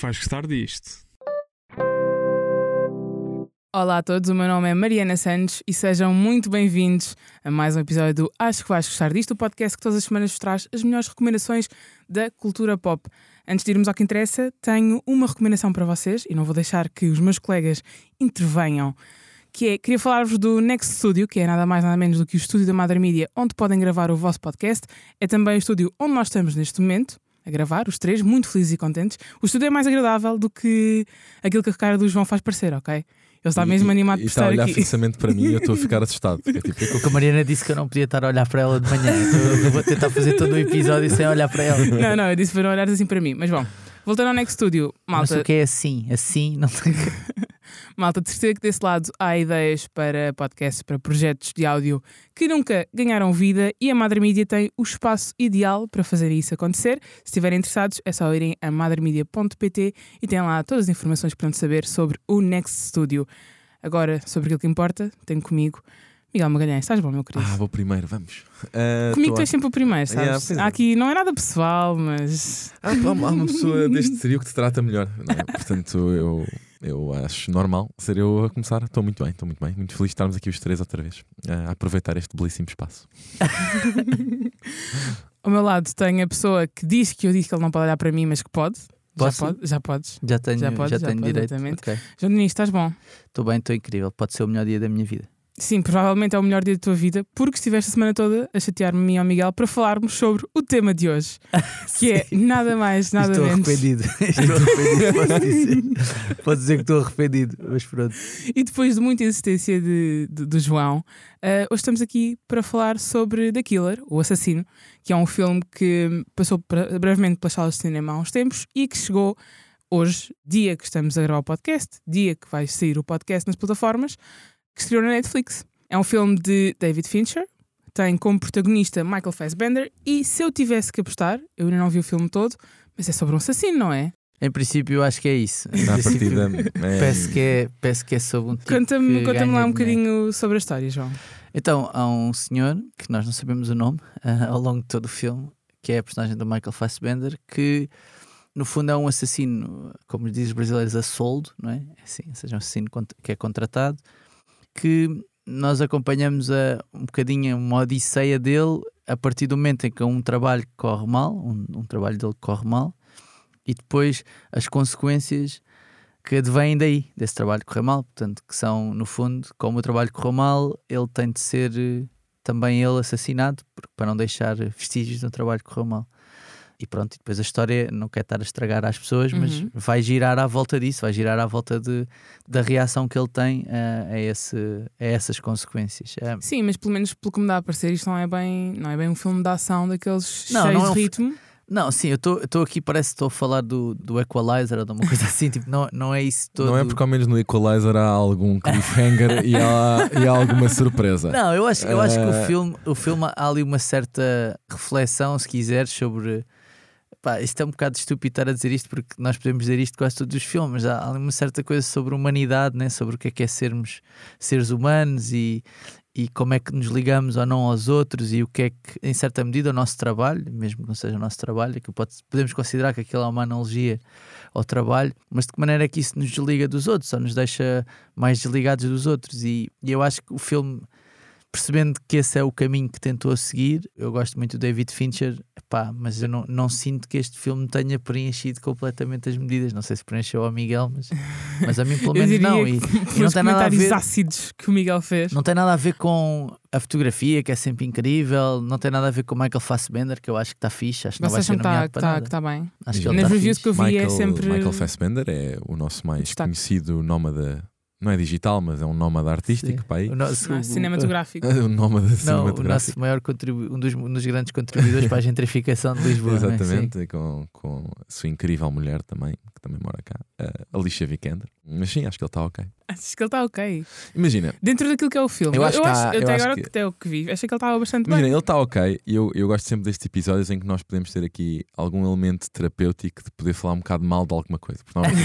que vais gostar disto. Olá a todos, o meu nome é Mariana Santos e sejam muito bem-vindos a mais um episódio do Acho que vais gostar disto, o podcast que todas as semanas vos traz as melhores recomendações da cultura pop. Antes de irmos ao que interessa, tenho uma recomendação para vocês e não vou deixar que os meus colegas intervenham, queria falar-vos do Next Studio, que é nada mais nada menos do que o estúdio da Madre Mídia, onde podem gravar o vosso podcast. É também o estúdio onde nós estamos neste momento a gravar, os três, muito felizes e contentes. O estúdio é mais agradável do que aquilo que a cara do João faz parecer, ok? Ele está mesmo animado por estar aqui. Está a olhar fixamente para mim e eu estou a ficar assustado. Porque a Mariana disse que eu não podia estar a olhar para ela de manhã. Eu vou tentar fazer todo o episódio sem olhar para ela. Não, eu disse para não olhares assim para mim. Mas bom, voltando ao Next Studio, malta. Mas o que é assim? Assim não tem. Malta, de certeza que desse lado há ideias para podcasts, para projetos de áudio que nunca ganharam vida e a Madre Mídia tem o espaço ideal para fazer isso acontecer. Se estiverem interessados, é só irem a madremedia.pt e têm lá todas as informações que precisam saber sobre o Next Studio. Agora, sobre aquilo que importa, tenho comigo Miguel Magalhães. Estás bom, meu querido? Vou primeiro, vamos. Comigo tu és sempre o primeiro, sabes? Yeah, Aqui não é nada pessoal, mas... Há uma pessoa deste trio que te trata melhor, não é? Portanto, eu acho normal ser eu a começar. Estou muito bem. Muito feliz de estarmos aqui os três outra vez a aproveitar este belíssimo espaço. Ao meu lado tenho a pessoa que diz que eu disse que ele não pode olhar para mim, mas que pode. Já podes. Já tenho direito. Okay. João Diniz, estás bom? Estou bem, estou incrível. Pode ser o melhor dia da minha vida. Sim, provavelmente é o melhor dia da tua vida, porque estiveste a semana toda a chatear-me a mim e ao Miguel para falarmos sobre o tema de hoje, que é nada mais, nada menos. Estou arrependido, posso dizer. Posso dizer que estou arrependido, mas pronto. E depois de muita insistência do João, hoje estamos aqui para falar sobre The Killer, o Assassino, que é um filme que passou brevemente pelas salas de cinema há uns tempos e que chegou hoje, dia que estamos a gravar o podcast, dia que vai sair o podcast nas plataformas, que estreou na Netflix. É um filme de David Fincher, tem como protagonista Michael Fassbender e se eu tivesse que apostar, eu ainda não vi o filme todo, mas é sobre um assassino, não é? Em princípio eu acho que é isso. Partida, Peço que é sobre um tipo Conta-me lá um dinheiro. bocadinho sobre a história, João. Então, há um senhor, que nós não sabemos o nome, ao longo de todo o filme, que é a personagem do Michael Fassbender, que no fundo é um assassino, como dizem os brasileiros, a soldo, não é? Assim, ou seja, um assassino que é contratado, que nós acompanhamos um bocadinho uma odisseia dele a partir do momento em que um trabalho corre mal, um trabalho dele corre mal, e depois as consequências que advêm daí, desse trabalho correr mal. Portanto, que são, no fundo, como o trabalho correu mal, ele tem de ser também ele assassinado, para não deixar vestígios do trabalho que correu mal. E pronto, e depois a história, não quer estar a estragar às pessoas, mas vai girar à volta disso, vai girar à volta da reação que ele tem a essas consequências. Sim, mas pelo menos pelo que me dá a parecer, isto não é bem um filme de ação daqueles cheios de ritmo. Não, sim, eu estou aqui, parece que estou a falar do Equalizer ou de uma coisa assim, tipo, não é isso todo. Não é porque ao menos no Equalizer há algum cliffhanger e há alguma surpresa. Não, eu acho que o filme há ali uma certa reflexão, se quiseres, sobre... isto é um bocado estúpido estar a dizer isto, porque nós podemos dizer isto quase todos os filmes. Há uma certa coisa sobre a humanidade, né? Sobre o que é sermos seres humanos e como é que nos ligamos ou não aos outros e o que é que, em certa medida, o nosso trabalho, mesmo que não seja o nosso trabalho, que podemos considerar que aquilo é uma analogia ao trabalho, mas de que maneira é que isso nos desliga dos outros ou nos deixa mais desligados dos outros. E eu acho que o filme, percebendo que esse é o caminho que tentou seguir, eu gosto muito do David Fincher, mas eu não sinto que este filme tenha preenchido completamente as medidas. Não sei se preencheu ao Miguel, mas a mim pelo menos não. E não tem nada a ver, ácidos que o Miguel fez. Não tem nada a ver com a fotografia, que é sempre incrível, não tem nada a ver com o Michael Fassbender, que eu acho que está fixe, acho que não vai ser nomeado para nada. Que está bem. Acho que nas reviews que eu vi é sempre... Michael Fassbender é o nosso mais conhecido nómada. Não é digital, mas é um nómada artístico. Cinematográfico. O nómada cinematográfico. O nosso maior um dos grandes contribuidores para a gentrificação de Lisboa. Exatamente, né? com a sua incrível mulher também, que também mora cá, Alicia Vikander. Mas sim, acho que ele está ok. Acho que ele está ok. Imagina. Dentro daquilo que é o filme. Eu acho até agora que é o que vi. Achei que ele estava bastante bem. Imagina, ele está ok. E eu gosto sempre destes episódios em que nós podemos ter aqui algum elemento terapêutico de poder falar um bocado mal de alguma coisa.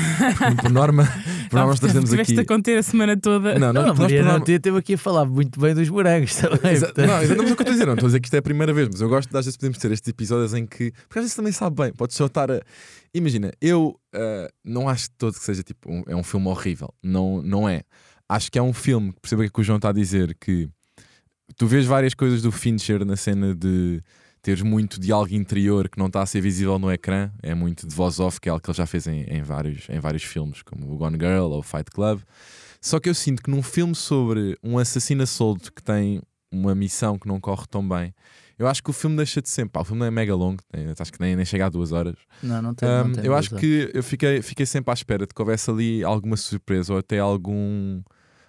Por norma nós trazemos aqui. Tiveste a conter a semana toda. Não, Mariana esteve aqui a falar muito bem dos morangos também. Não, mas o que eu estou a dizer, não estou a dizer que isto é a primeira vez, mas eu gosto de às vezes podemos ter estes episódios em que, porque às vezes também sabe bem, pode só estar a... Imagina, eu não acho de todo que seja tipo é um filme horrível. Não é. Acho que é um filme, perceba o que o João está a dizer, que tu vês várias coisas do Fincher na cena de teres muito diálogo interior que não está a ser visível no ecrã, é muito de voz off, que é algo que ele já fez em vários filmes, como o Gone Girl ou o Fight Club. Só que eu sinto que num filme sobre um assassino a solto que tem uma missão que não corre tão bem, eu acho que o filme deixa de ser. O filme não é mega longo, acho que nem chega a 2 horas. Não tem. Eu acho que eu fiquei sempre à espera de que houvesse ali alguma surpresa ou até alguma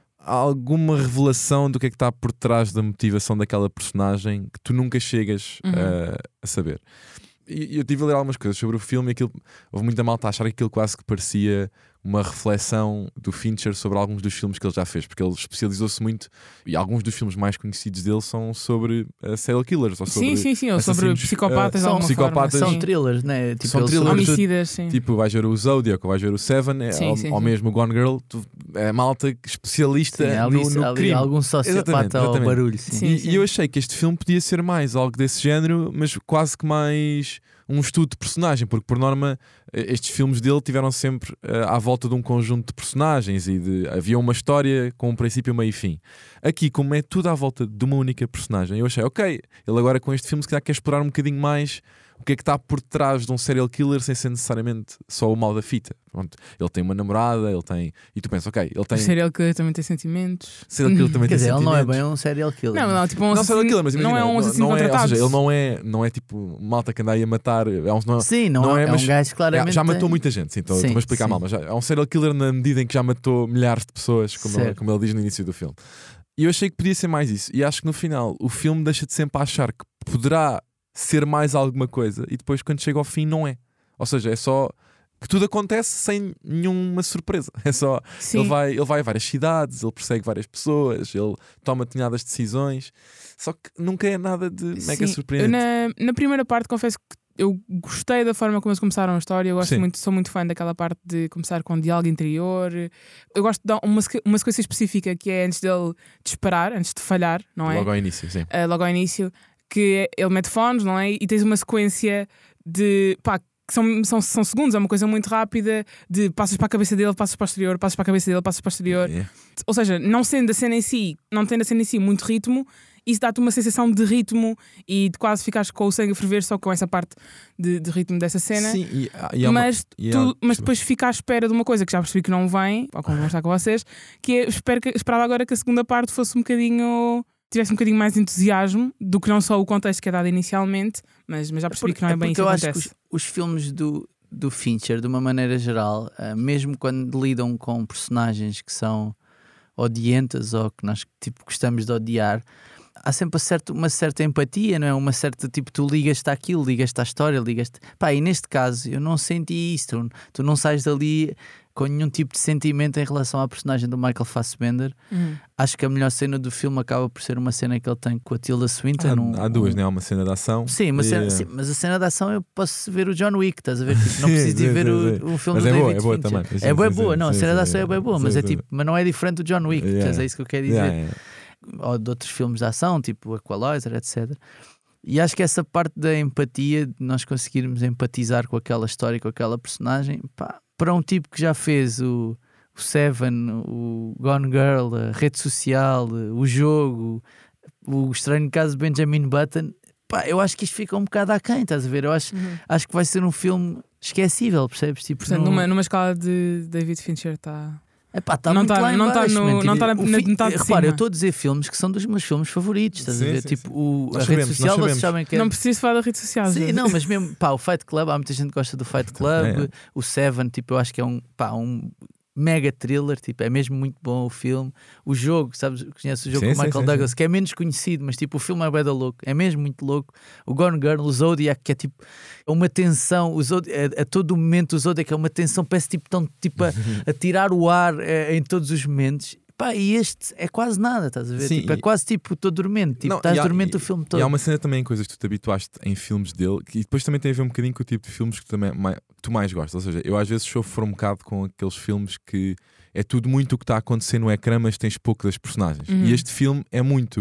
revelação do que é que está por trás da motivação daquela personagem que tu nunca chegas a saber. E eu tive a ler algumas coisas sobre o filme e houve muita malta a achar que aquilo quase que parecia uma reflexão do Fincher sobre alguns dos filmes que ele já fez, porque ele especializou-se muito, e alguns dos filmes mais conhecidos dele são sobre serial killers, ou sobre sim, ou sobre psicopatas, são thrillers, né? Tipo, são thrillers, homicidas, sim. Tipo, vais ver o Zodiac ou vais ver o Seven, ou mesmo o Gone Girl, é malta especialista no crime. Algum sociopata ao barulho. Sim. E eu achei que este filme podia ser mais algo desse género, mas quase que mais um estudo de personagem, porque por norma estes filmes dele tiveram sempre à volta de um conjunto de personagens e havia uma história com um princípio, meio e fim. Aqui, como é tudo à volta de uma única personagem, eu achei, ok, ele agora com este filme se calhar quer explorar um bocadinho mais o que é que está por trás de um serial killer sem ser necessariamente só o mal da fita. Pronto, ele tem uma namorada, e tu pensas, ok, ele tem... O serial killer também tem sentimentos. Serial killer também tem sentimentos. Ele não é bem um serial killer. Não, tipo um assassino, serial killer, mas imagina, não é um assassino contratado. Ou seja, ele não é tipo malta que anda aí a matar. Não é um gajo claramente... Já matou muita gente, sim, estou a explicar mal, mas é um serial killer na medida em que já matou milhares de pessoas, como ele diz no início do filme. E eu achei que podia ser mais isso. E acho que no final o filme deixa de sempre achar que poderá ser mais alguma coisa e depois quando chega ao fim não é. Ou seja, é só que tudo acontece sem nenhuma surpresa. É só ele vai a várias cidades, ele persegue várias pessoas, ele toma determinadas decisões, só que nunca é nada de mega surpreendente. Na primeira parte confesso que eu gostei da forma como eles começaram a história. Eu sou muito fã daquela parte de começar com um diálogo interior. Eu gosto de dar uma sequência específica que é antes dele disparar, antes de falhar, não é? Logo ao início, sim. Logo ao início, que ele mete fones, não é? E tens uma sequência de que são segundos, é uma coisa muito rápida, de passas para a cabeça dele, passas para o exterior, passas para a cabeça dele, passas para o exterior. Ou seja, não tendo a cena em si muito ritmo, isso dá-te uma sensação de ritmo e de quase ficares com o sangue a ferver só com essa parte de ritmo dessa cena. Sim, mas depois fica à espera de uma coisa que já percebi que não vem, ao conversar com vocês, que é, esperava agora que a segunda parte fosse tivesse um bocadinho mais entusiasmo do que não só o contexto que é dado inicialmente, mas já percebi que não é bem isso que acontece. Eu acho que os filmes do Fincher, de uma maneira geral, mesmo quando lidam com personagens que são odientas ou que nós gostamos de odiar, há sempre uma certa empatia, não é? Uma certa, tu ligas-te àquilo, ligas-te à história, ligas-te... E neste caso eu não senti isso, tu não sais dali com nenhum tipo de sentimento em relação à personagem do Michael Fassbender. Acho que a melhor cena do filme acaba por ser uma cena que ele tem com a Tilda Swinton. Há duas, né? Há uma cena de ação. Sim, mas a cena de ação eu posso ver o John Wick, estás a ver? Não preciso de ver o filme do David Fincher. Também. É bem boa, não, a cena de ação é bem boa, mas não é diferente do John Wick, é isso que eu quero dizer. Ou de outros filmes de ação, tipo Equalizer, etc. E acho que essa parte da empatia, de nós conseguirmos empatizar com aquela história, com aquela personagem, para um tipo que já fez o Seven, o Gone Girl, a rede social, o jogo, o estranho caso de Benjamin Button, eu acho que isto fica um bocado aquém, estás a ver? Eu acho que vai ser um filme esquecível, percebes? Portanto, numa escala de David Fincher está... Não está na metade de cima. Repara, eu estou a dizer filmes que são dos meus filmes favoritos, estás a ver? A rede social, vocês sabem que é... Não preciso falar da rede social. Sim, não, mas mesmo, o Fight Club, há muita gente que gosta do Fight Club. O Seven, eu acho que é um mega thriller, é mesmo muito bom o filme. O jogo, sabes, conheces o jogo com o Michael Douglas, que é menos conhecido, mas o filme é bué da louco, é mesmo muito louco. O Gone Girl, o Zodiac, que é uma tensão, a todo momento o Zodiac é uma tensão, parece tão a tirar o ar em todos os momentos. E este é quase nada, estás a ver? Sim, é quase estou dormente, estás dormente o filme todo. E há uma cena também, coisas que tu te habituaste em filmes dele, e depois também tem a ver um bocadinho com o tipo de filmes que tu mais gostas. Ou seja, eu às vezes sofro um bocado com aqueles filmes que é tudo muito o que está a acontecer no ecrã, mas tens pouco das personagens. E este filme é muito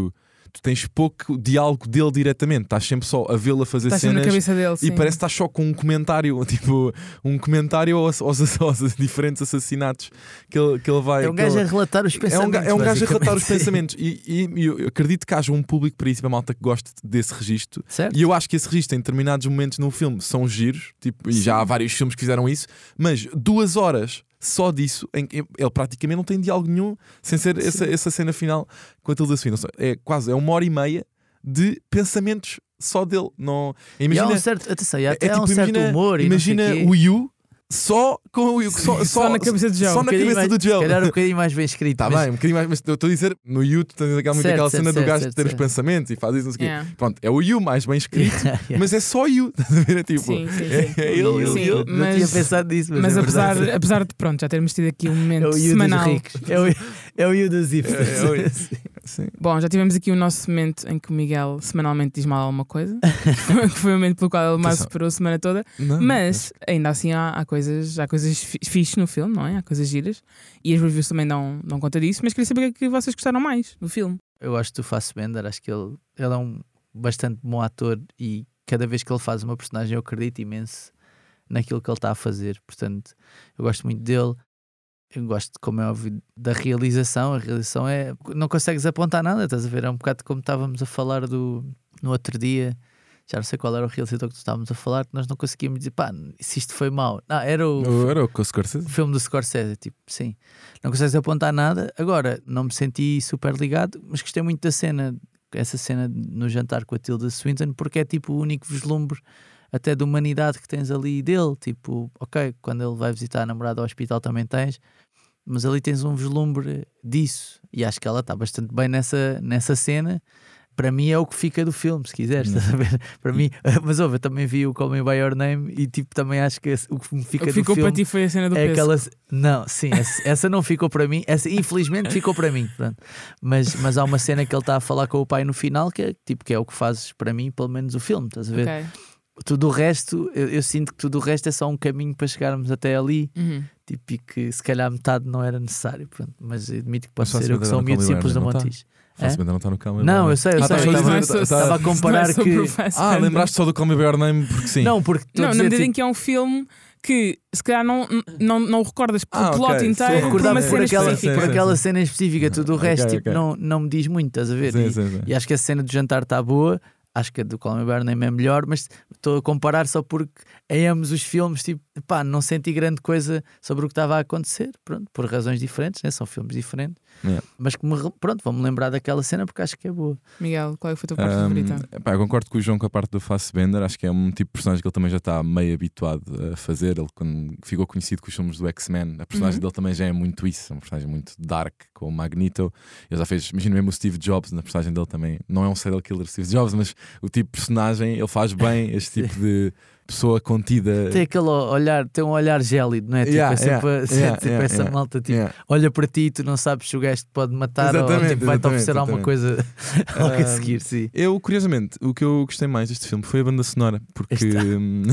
tu tens pouco diálogo dele diretamente, estás sempre só a vê-lo a fazer Estás sempre na cenas cabeça dele, e sim. parece que estás só com um comentário, tipo, um comentário aos diferentes assassinatos que ele vai. É um gajo a relatar os pensamentos. É um gajo a relatar os basicamente. pensamentos e eu acredito que haja um público para isso, para a malta que goste desse registro. Certo? E eu acho que esse registro em determinados momentos no filme são giros, tipo, e já há vários filmes que fizeram isso, mas 2 horas só disso, em que ele praticamente não tem diálogo nenhum, sem ser essa cena final com a Tilda Swinton. É quase 1h30 de pensamentos só dele. Não, imagina, E há um certo, atenção, e até há um tipo, certo humor. E não sei imagina quê. o Yu só com o Yu, Só na cabeça de Joe. Só na cabeça do Joe. Se calhar um bocadinho mais bem escrito. Tá mas- bem, um bocadinho mais, mas eu estou a dizer, no Yu tu tens muito Certo, aquela certo, cena do certo, gajo certo, ter os certo. pensamentos e faz isso, não sei o quê. Yeah. Pronto, é o Yu mais bem escrito, Yeah. mas é só Yu. Estás a ver? É tipo, Sim, sim, é sim. ele, Sim, ele. Não mas- tinha pensado nisso, Mas é verdade. apesar de pronto, já termos tido aqui um É momento o Yu dos semanal. ricos. É o Yu dos hipsters. É o Yu. Sim. Bom, já tivemos aqui o nosso momento em que o Miguel semanalmente diz mal alguma coisa, que foi o momento pelo qual ele mais Atenção. superou a semana toda. Não, Mas ainda assim há coisas fixes no filme, não é? Há coisas giras. E as reviews também dão conta disso. Mas queria saber o que é que vocês gostaram mais do filme. Eu gosto do Fassbender, acho que ele é um bastante bom ator e cada vez que ele faz uma personagem eu acredito imenso naquilo que ele está a fazer. Portanto, eu gosto muito dele. Eu gosto, como é óbvio, da realização. A realização é... Não consegues apontar nada, estás a ver? É um bocado como estávamos a falar no outro dia. Já não sei qual era o realizador que tu estávamos a falar, que nós não conseguíamos dizer, pá, se isto foi mau. Não, era Era o Scorsese. o filme do Scorsese, tipo, sim. Não consegues apontar nada. Agora, não me senti super ligado, mas gostei muito da cena, essa cena no jantar com a Tilda Swinton, porque é tipo o único vislumbre até de humanidade que tens ali dele. Tipo, ok, quando ele vai visitar a namorada ao hospital também tens, mas ali tens um vislumbre disso. E acho que ela está bastante bem nessa cena. Para mim é o que fica do filme, se quiseres, estás a ver? Para mim, mas ouve, eu também vi o Call Me By Your Name e tipo, também acho que o que me fica O que do ficou filme para ti foi a cena do é peso. aquela... Não, sim, essa não ficou para mim, essa infelizmente ficou para mim, pronto. Mas há uma cena que ele está a falar com o pai no final que é o que fazes para mim, pelo menos o filme, estás a ver? Ok. Tudo o resto, eu sinto que tudo o resto é só um caminho para chegarmos até ali, Uhum. tipo, e que se calhar metade não era necessário, pronto. Mas admito que pode Mas ser eu que sou um Fassbender miúdo não simples da não tá? Montijo. Fassbender não está no Call Me By Não, Your eu sei, Name. eu sei. Estás a Não é dizer- só- Estava a comparar sobre que... o Fassbender. lembraste só do Call Me By Your Name porque sim. Não, porque estou a Não, na dizer, medida em tipo, que é um filme que se calhar não recordas o plot ok. inteiro Sim, por recordava uma sim, cena por específica. aquela cena específica, tudo o Ok, resto ok. tipo, não me diz muito, estás a ver? Sim, E- sim, sim. E acho que a cena do jantar está boa. Acho que a do Call Me By Your Name é melhor, mas estou a comparar só porque em ambos os filmes, tipo, pá, não senti grande coisa sobre o que estava a acontecer, pronto, por razões diferentes, né? São filmes diferentes, Yeah. mas que pronto, vou-me lembrar daquela cena porque acho que é boa. Miguel, qual é que foi a tua parte favorita? Pá, eu concordo com o João com a parte do Fassbender. Acho que é um tipo de personagem que ele também já está meio habituado a fazer. Ele, quando ficou conhecido com os filmes do X-Men, a personagem dele também já é muito isso. É um personagem muito dark, com o Magneto. Ele já fez, imagina mesmo o Steve Jobs, na personagem dele também. Não é um serial killer Steve Jobs, mas o tipo de personagem, ele faz bem este tipo de pessoa contida. Tem aquele olhar, tem um olhar gélido, não é? Tipo, é sempre tipo essa malta, tipo, Yeah. olha para ti e tu não sabes se o gajo te pode matar ou Exatamente, tipo, vai-te oferecer exatamente, alguma coisa logo a seguir, sim. Eu, curiosamente, o que eu gostei mais deste filme foi a banda sonora, porque Aí está.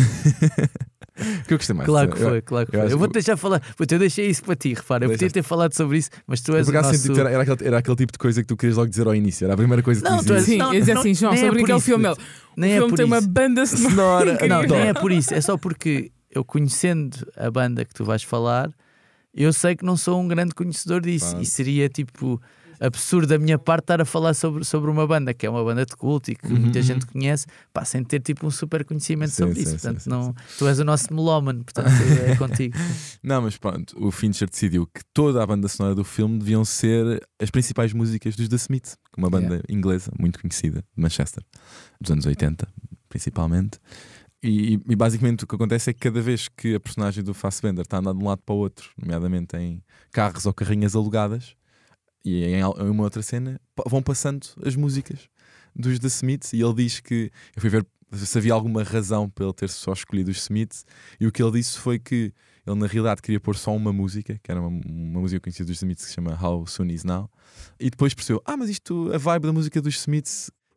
o que eu gostei mais. Claro que foi, claro que eu foi. acho Eu vou que- deixar falar, eu deixei isso para ti, repara. Eu podia Deixaste. ter falado sobre isso, mas tu és Por o acaso nosso... senti que era aquele tipo de coisa que tu querias logo dizer ao início. Era a primeira coisa que Não, tu tu és- dizias. Sim, não, eu dizer não, assim, João, nem é sobre por aquele isso, filme. puto. O Nem é filme por tem uma isso. banda sonora. Sonora. incrível. Não, nem é por isso, é só porque eu conhecendo a banda que tu vais falar, eu sei que não sou um grande conhecedor disso. Claro. E seria tipo absurdo da minha parte estar a falar sobre uma banda que é uma banda de culto e que muita gente conhece, pá, sem ter tipo um super conhecimento Sim, sobre sim, isso. sim, Portanto, sim, não, tu és o nosso melómano, portanto é contigo. Não, mas pronto, o Fincher decidiu que toda a banda sonora do filme deviam ser as principais músicas dos The Smiths, uma banda inglesa muito conhecida de Manchester, dos anos 80, principalmente. E basicamente o que acontece é que cada vez que a personagem do Fassbender está a andar de um lado para o outro, nomeadamente em carros ou carrinhas alugadas, e em uma outra cena, vão passando as músicas dos The Smiths. E ele diz que, eu fui ver se havia alguma razão para ele ter só escolhido os Smiths, e o que ele disse foi que ele na realidade queria pôr só uma música, que era uma música conhecida dos Smiths que se chama How Soon Is Now, e depois percebeu, mas isto, a vibe da música dos Smiths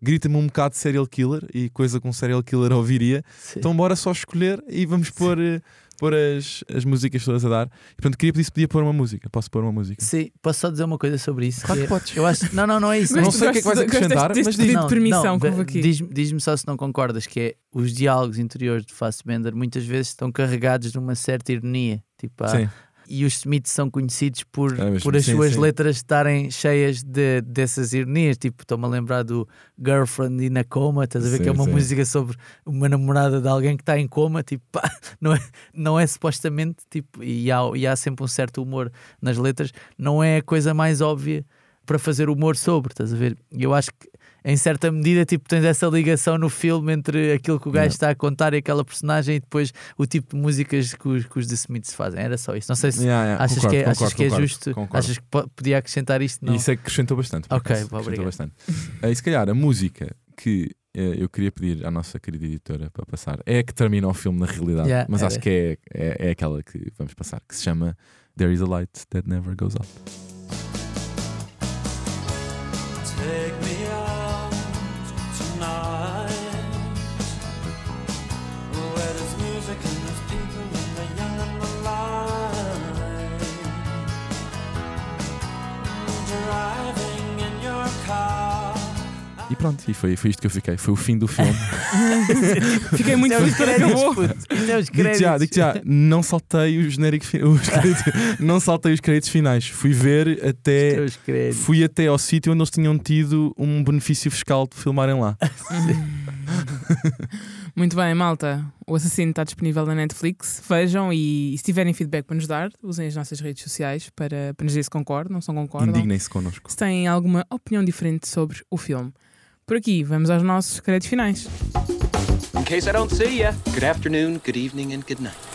grita-me um bocado de serial killer e coisa que um serial killer ouviria. Sim. Então bora só escolher e vamos pôr as músicas todas a dar. E portanto queria pedir se podia pôr uma música. Posso pôr uma música? Sim, posso só dizer uma coisa sobre isso? Claro que podes. Eu acho... Não é isso. Não sei o que é que vais acrescentar, mas diz de permissão que houve aqui. Diz-me só se não concordas, que é os diálogos interiores de Fassbender muitas vezes estão carregados de uma certa ironia. Tipo, Sim. E os Smiths são conhecidos por mesmo, as suas sim. letras estarem cheias dessas ironias. Tipo, estou-me a lembrar do Girlfriend in a Coma, estás a ver? Sim, Que é uma sim. música sobre uma namorada de alguém que está em coma. Tipo, pá, não é supostamente, tipo, e há sempre um certo humor nas letras, não é a coisa mais óbvia para fazer humor sobre, estás a ver? E eu acho que em certa medida, tipo, tens essa ligação no filme entre aquilo que o gajo está a contar e aquela personagem, e depois o tipo de músicas que os The Smiths fazem. Era só isso. Não sei se achas que é justo, concordo. achas que podia acrescentar isto? Não. Isso é que acrescentou bastante. Ok, acrescentou obrigado. bastante. E se calhar a música que eu queria pedir à nossa querida editora para passar é a que termina o filme na realidade, mas acho que é aquela que vamos passar, que se chama There is a Light That Never Goes Out. Take me out tonight, where there's music and there's people and the young and the alive, driving in your car. E pronto, e foi isto que eu fiquei. Foi o fim do filme. Fiquei muito feliz quando acabou. Digo já, não saltei os genéricos não saltei os créditos finais. Fui ver até. Fui até ao sítio onde eles tinham tido um benefício fiscal de filmarem lá. Muito bem, malta. O Assassino está disponível na Netflix. Vejam e se tiverem feedback para nos dar, usem as nossas redes sociais para nos dizer se concordam, se não concordam. Indignem-se connosco. Se têm alguma opinião diferente sobre o filme. Por aqui, vamos aos nossos créditos finais. In case I don't see ya, good afternoon, good evening and good night.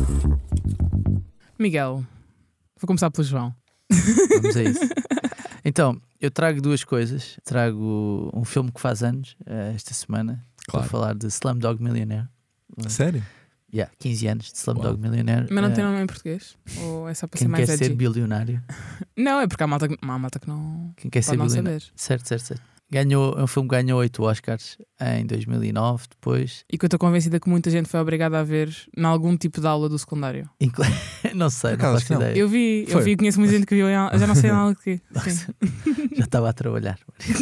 Miguel, vou começar pelo João. Vamos a isso. Então, eu trago duas coisas. Trago um filme que faz anos esta semana. Claro. Vou falar de Slumdog Millionaire. Sério? 15 anos de Slumdog Millionaire. Mas não tem nome em português? Ou é só para ser Quem mais quer ser edgy? bilionário? Não, é porque há malta que não... Quem quer ser Pode não bilionário? saber. Certo. É um filme que ganhou 8 Oscars em 2009, depois... E que eu estou convencida que muita gente foi obragada a ver em algum tipo de aula do secundário. Não sei, não Acaso faço que não. ideia. Eu vi, conheço muita gente que viu, já não sei nada de quê. Sim. Já estava a trabalhar.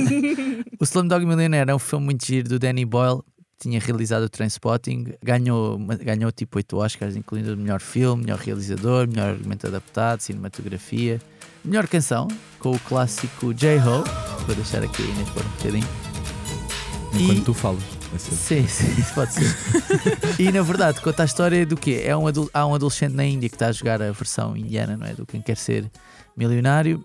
O Slumdog Millionaire é um filme muito giro do Danny Boyle. Tinha realizado o Trainspotting, ganhou tipo 8 Oscars, incluindo o melhor filme, melhor realizador, melhor argumento adaptado, cinematografia, melhor canção, com o clássico J-Ho. Vou deixar aqui a Inês por um bocadinho. Enquanto tu falas. Sim, isso pode ser. E na verdade, conta a história do quê? Há um adolescente na Índia que está a jogar a versão indiana, não é? Do Quem Quer Ser Milionário,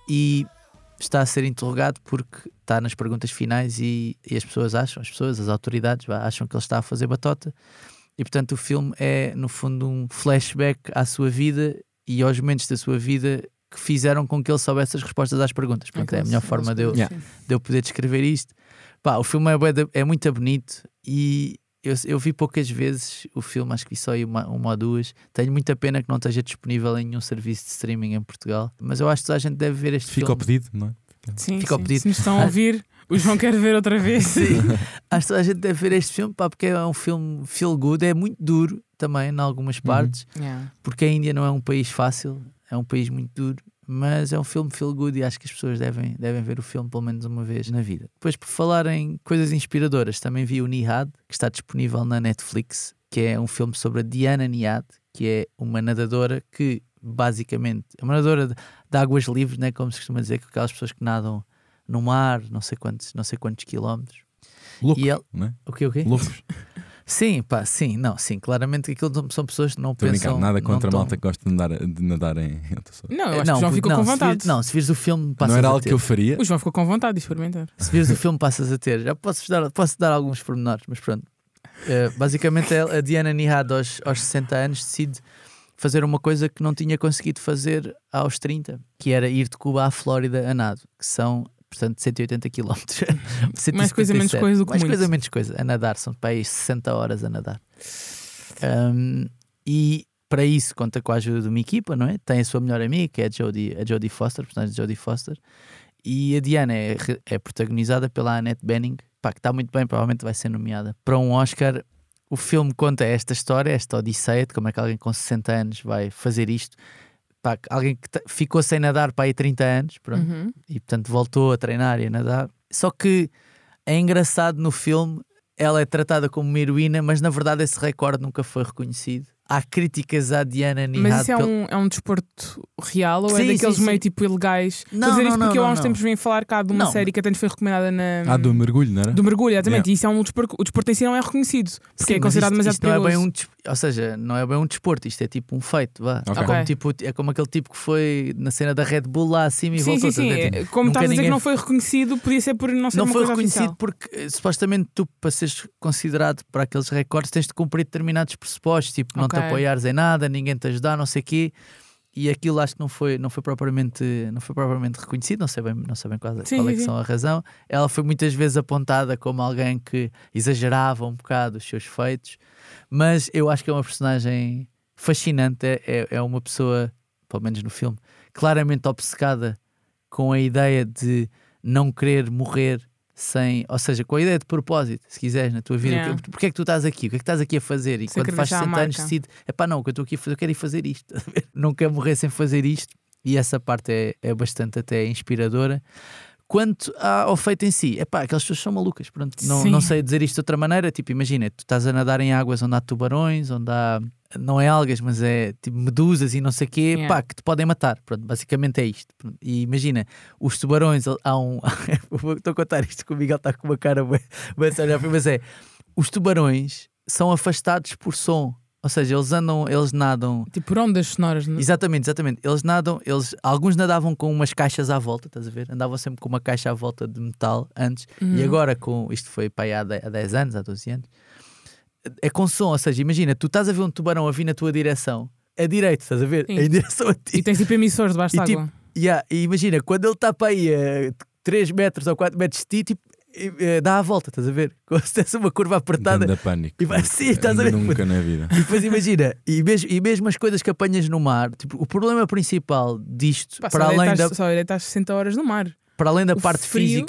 e está a ser interrogado porque está nas perguntas finais e as pessoas, as autoridades acham que ele está a fazer batota, e portanto o filme é no fundo um flashback à sua vida e aos momentos da sua vida que fizeram com que ele soubesse as respostas às perguntas. Portanto, é a melhor forma de eu poder descrever isto. O filme é muito bonito e eu vi poucas vezes o filme, acho que vi só uma ou duas. Tenho muita pena que não esteja disponível em nenhum serviço de streaming em Portugal, mas eu acho que toda a gente deve ver este Fica filme. ao pedido, não é? Sim, Fica ao pedido. Se nos estão a ouvir, o João quer ver outra vez. Sim. Acho que toda a gente deve ver este filme, porque é um filme feel good, é muito duro também em algumas partes, porque a Índia não é um país fácil, é um país muito duro, mas é um filme feel good e acho que as pessoas devem ver o filme pelo menos uma vez na vida. Depois, por falar em coisas inspiradoras, também vi o Nihad, que está disponível na Netflix, que é um filme sobre a Diana Nihat, que é uma nadadora que basicamente é uma nadadora de águas livres, né, como se costuma dizer, que aquelas pessoas que nadam no mar, não sei quantos quilómetros. Loucos, E ele... não é? O quê? Loucos. Sim, claramente aquilo são pessoas que não Estou a pensam... brincar, nada contra a não malta que gosta de nadar em outra pessoa. Não, eu acho que o João ficou com vontade. Se vires o filme, passas Não era a algo ter. que eu faria. O João ficou com vontade de experimentar. Se vires o filme, passas a ter. Já posso dar alguns pormenores, mas pronto. Basicamente, a Diana Nihat, aos 60 anos, decide fazer uma coisa que não tinha conseguido fazer aos 30, que era ir de Cuba à Flórida a nado, que são, portanto, 180 km. Mais coisa, menos coisa do que mais muito. coisa, menos coisa. A nadar, são para aí 60 horas a nadar. E para isso conta com a ajuda de uma equipa, não é? Tem a sua melhor amiga, que é a Jodie Foster, personagem de Jodie Foster, e a Diana é protagonizada pela Annette Bening, pá, que está muito bem, provavelmente vai ser nomeada para um Oscar. O filme conta esta história, esta odisseia de como é que alguém com 60 anos vai fazer isto. Pá, alguém que ficou sem nadar para aí 30 anos, pronto, e portanto voltou a treinar e a nadar. Só que é engraçado no filme, ela é tratada como uma heroína, mas na verdade esse recorde nunca foi reconhecido. Há críticas à Diana Nihad. Mas isso é um desporto real ou é daqueles meio tipo ilegais? Estou a dizer isto porque eu há uns tempos vim falar cá de uma série que até foi recomendada na... do mergulho, não era? Do mergulho, exatamente. E isso é um desporto. O desporto em si não é reconhecido porque é considerado demasiado perigoso. Não é bem ou seja, não é bem um desporto, isto é tipo um feito. Vá. Okay. É como aquele tipo que foi na cena da Red Bull lá acima e voltou. Sim. Como estás a dizer que não foi reconhecido, podia ser por não ser uma coisa oficial. Não foi reconhecido porque supostamente tu, para seres considerado para aqueles recordes, tens de cumprir determinados pressupostos, tipo não te apoiares em nada, ninguém te ajudar, não sei o quê, e aquilo acho que não foi propriamente reconhecido, não sei bem qual é que são a razão. Ela foi muitas vezes apontada como alguém que exagerava um bocado os seus feitos, mas eu acho que é uma personagem fascinante, é uma pessoa, pelo menos no filme, claramente obcecada com a ideia de não querer morrer sem, ou seja, com a ideia de propósito, se quiseres, na tua vida. Porque é que tu estás aqui? O que é que estás aqui a fazer? E quando faz 60 anos decide, o que eu estou aqui a fazer, eu quero ir fazer isto. Não quero morrer sem fazer isto. E essa parte é bastante até inspiradora. Quanto ao feito em si, aquelas pessoas são malucas. Pronto, não sei dizer isto de outra maneira. Tipo, imagina, tu estás a nadar em águas onde há tubarões, onde há, não é algas, mas é tipo medusas e não sei o quê, que te podem matar. Pronto, basicamente é isto. Pronto. E imagina, os tubarões, estou a contar isto que o Miguel está com uma cara bem, mas os tubarões são afastados por som. Ou seja, eles nadam... Tipo por ondas sonoras, não é? Exatamente. Eles nadam, alguns nadavam com umas caixas à volta, estás a ver? Andavam sempre com uma caixa à volta de metal antes, e agora isto foi para aí há 10 anos, há 12 anos, é com som, ou seja, imagina, tu estás a ver um tubarão a vir na tua direção, a direita, estás a ver? Em direção a ti. E tens tipo emissores debaixo de água. E imagina, quando ele está para aí a 3 metros ou 4 metros de ti, tipo, dá a volta, estás a ver? Como se tivesse uma curva apertada. Dá pânico. E vai assim, estás a ver? Nunca na vida. E depois imagina, e mesmo as coisas que apanhas no mar, tipo, o problema principal disto, para além da... Só estás 60 horas no mar. Para além da parte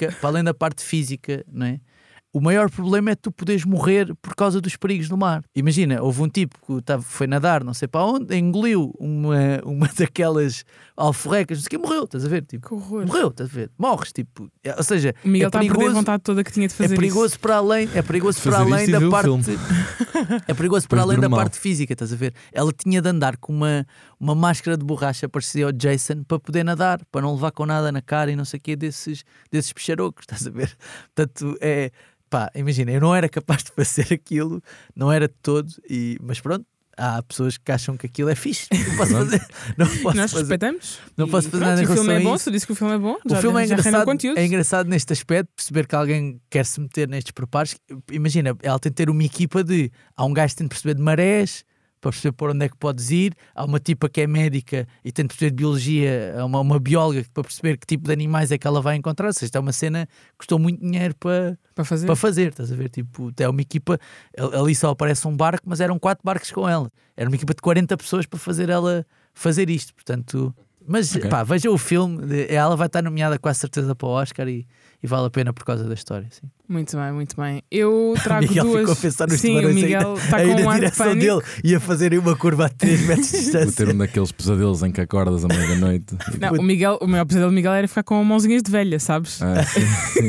física, não é? O maior problema é tu poderes morrer por causa dos perigos do mar. Imagina, houve um tipo que foi nadar, não sei para onde, engoliu uma daquelas alforrecas, não sei o que, morreu, estás a ver? Tipo, que horror. Morreu, estás a ver? Morres, tipo, ou seja, o Miguel está a perder a vontade toda que tinha de fazer isso. É perigoso para além da parte... É perigoso para além da parte física, estás a ver? Ela tinha de andar com uma máscara de borracha, parecia ao Jason, para poder nadar, para não levar com nada na cara e não sei o que desses picharocos, estás a ver? Portanto, imagina, eu não era capaz de fazer aquilo, não era de todo, mas pronto, há pessoas que acham que aquilo é fixe. Não posso fazer. Nós respeitamos. Não posso fazer nada em relação a isso. O filme é bom, tu disse que o filme é bom. O filme é engraçado neste aspecto, perceber que alguém quer se meter nestes preparos. Imagina, ela tem de ter uma equipa há um gajo que tem de perceber de marés, para perceber por onde é que podes ir. Há uma tipa que é médica e tem de perceber de biologia, uma bióloga para perceber que tipo de animais é que ela vai encontrar. Ou seja, é uma cena que custou muito dinheiro para fazer, estás a ver? Tipo, é uma equipa, ali só aparece um barco, mas eram 4 barcos com ela. Era uma equipa de 40 pessoas para fazer ela fazer isto, portanto... Mas veja o filme, ela vai estar nomeada com a certeza para o Oscar e vale a pena por causa da histura. Sim. Muito bem, muito bem. Eu trago o Miguel duas. Ficou a pensar nos sim, o Miguel está com um ar de pânico. Dele e a fazer uma curva a 3 metros de distância. Vou ter um daqueles pesadelos em que acordas à meia-noite. Não, o maior pesadelo do Miguel era ficar com mãozinhas de velha, sabes? Sim.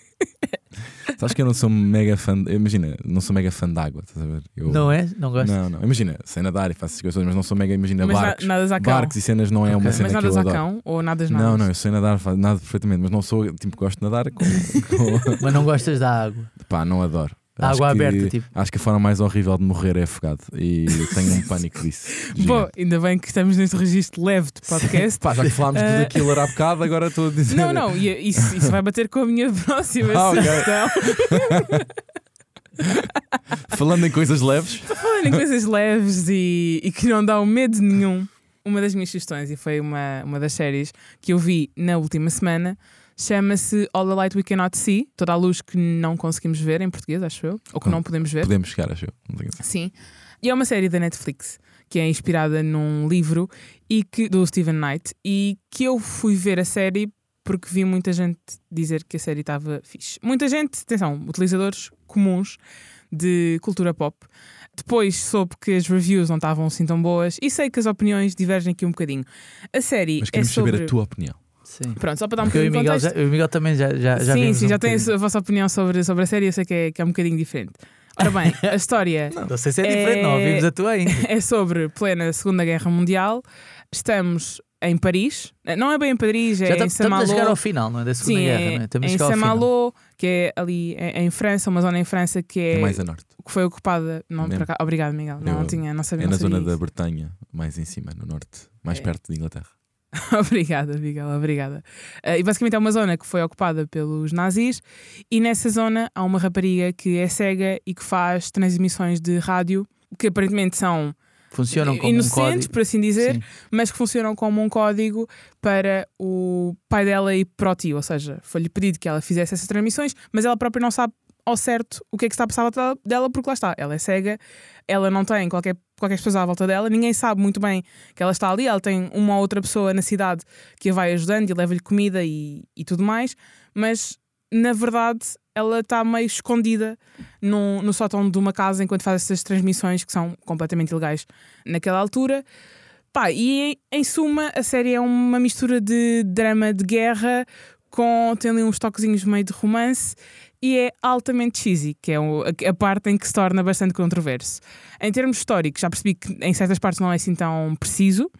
Sabes que eu não sou mega fã, imagina, não sou mega fã de água, estás a ver? Não é? Não gosto? Não, imagina, sei nadar e faço essas coisas, mas não sou mega, imagina, mas barcos. Barcos e cenas não é uma cena mas que eu nadas a adoro. cão ou nadas? Não, eu sei nadar, nado perfeitamente, mas não sou, tipo, gosto de nadar com... Mas não gostas da água? Não adoro. Água aberta, tipo. Acho que a forma mais horrível de morrer é afogado e tenho um pânico disso. Bom, ainda bem que estamos neste registro leve de podcast. Já que falámos de Killer há bocado, agora estou a dizer. Não, isso vai bater com a minha próxima sugestão. Falando em coisas leves. Falando em coisas leves e que não dão medo nenhum, uma das minhas sugestões, e foi uma das séries que eu vi na última semana, chama-se All the Light We Cannot See, Toda a Luz que Não Conseguimos Ver, em português, acho eu, ou que não podemos ver. Podemos chegar, acho eu. Sim, e é uma série da Netflix que é inspirada num livro do Stephen Knight, e que eu fui ver a série porque vi muita gente dizer que a série estava fixe. Muita gente, atenção, utilizadores comuns de cultura pop. Depois soube que as reviews não estavam assim tão boas e sei que as opiniões divergem aqui um bocadinho. A série Mas é queremos sobre... saber a tua opinião. Sim. Pronto, só para dar um Porque eu e bocadinho de Miguel contexto. o Miguel também já Sim, vimos sim, já um tem bocadinho. a vossa opinião sobre a série, eu sei que é um bocadinho diferente. Ora bem, a história Não sei se é diferente, não ouvimos a tua ainda. é sobre plena Segunda Guerra Mundial. Estamos em Paris, não é bem em Paris, Já é em estamos a chegar Saint-Malo. ao final, não é? Da Segunda Sim, Guerra, não é? Estamos a em chegar ao final. Saint-Malo, que é ali em França, uma zona em França que É mais a norte. que foi ocupada. Não, Mesmo. por acaso, obrigado, Miguel. Não sabia. É na não sabia zona da isso. Bretanha, mais em cima, no norte, mais É. perto de Inglaterra. Obrigada, Miguel, obrigada. E basicamente é uma zona que foi ocupada pelos nazis, e nessa zona há uma rapariga que é cega e que faz transmissões de rádio que aparentemente são Funcionam como um inocentes, código. por assim dizer, Sim. mas que funcionam como um código para o pai dela ir para o tio. Ou seja, foi-lhe pedido que ela fizesse essas transmissões, mas ela própria não sabe ao certo o que é que está a passar à volta dela, porque lá está, ela é cega, ela não tem qualquer pessoa à volta dela, ninguém sabe muito bem que ela está ali, ela tem uma ou outra pessoa na cidade que a vai ajudando e leva-lhe comida e tudo mais, mas na verdade ela está meio escondida no sótão de uma casa enquanto faz essas transmissões que são completamente ilegais naquela altura. Pá, e em suma a série é uma mistura de drama de guerra tem ali uns toquezinhos meio de romance e é altamente cheesy, que é a parte em que se torna bastante controverso. Em termos históricos, já percebi que em certas partes não é assim tão preciso.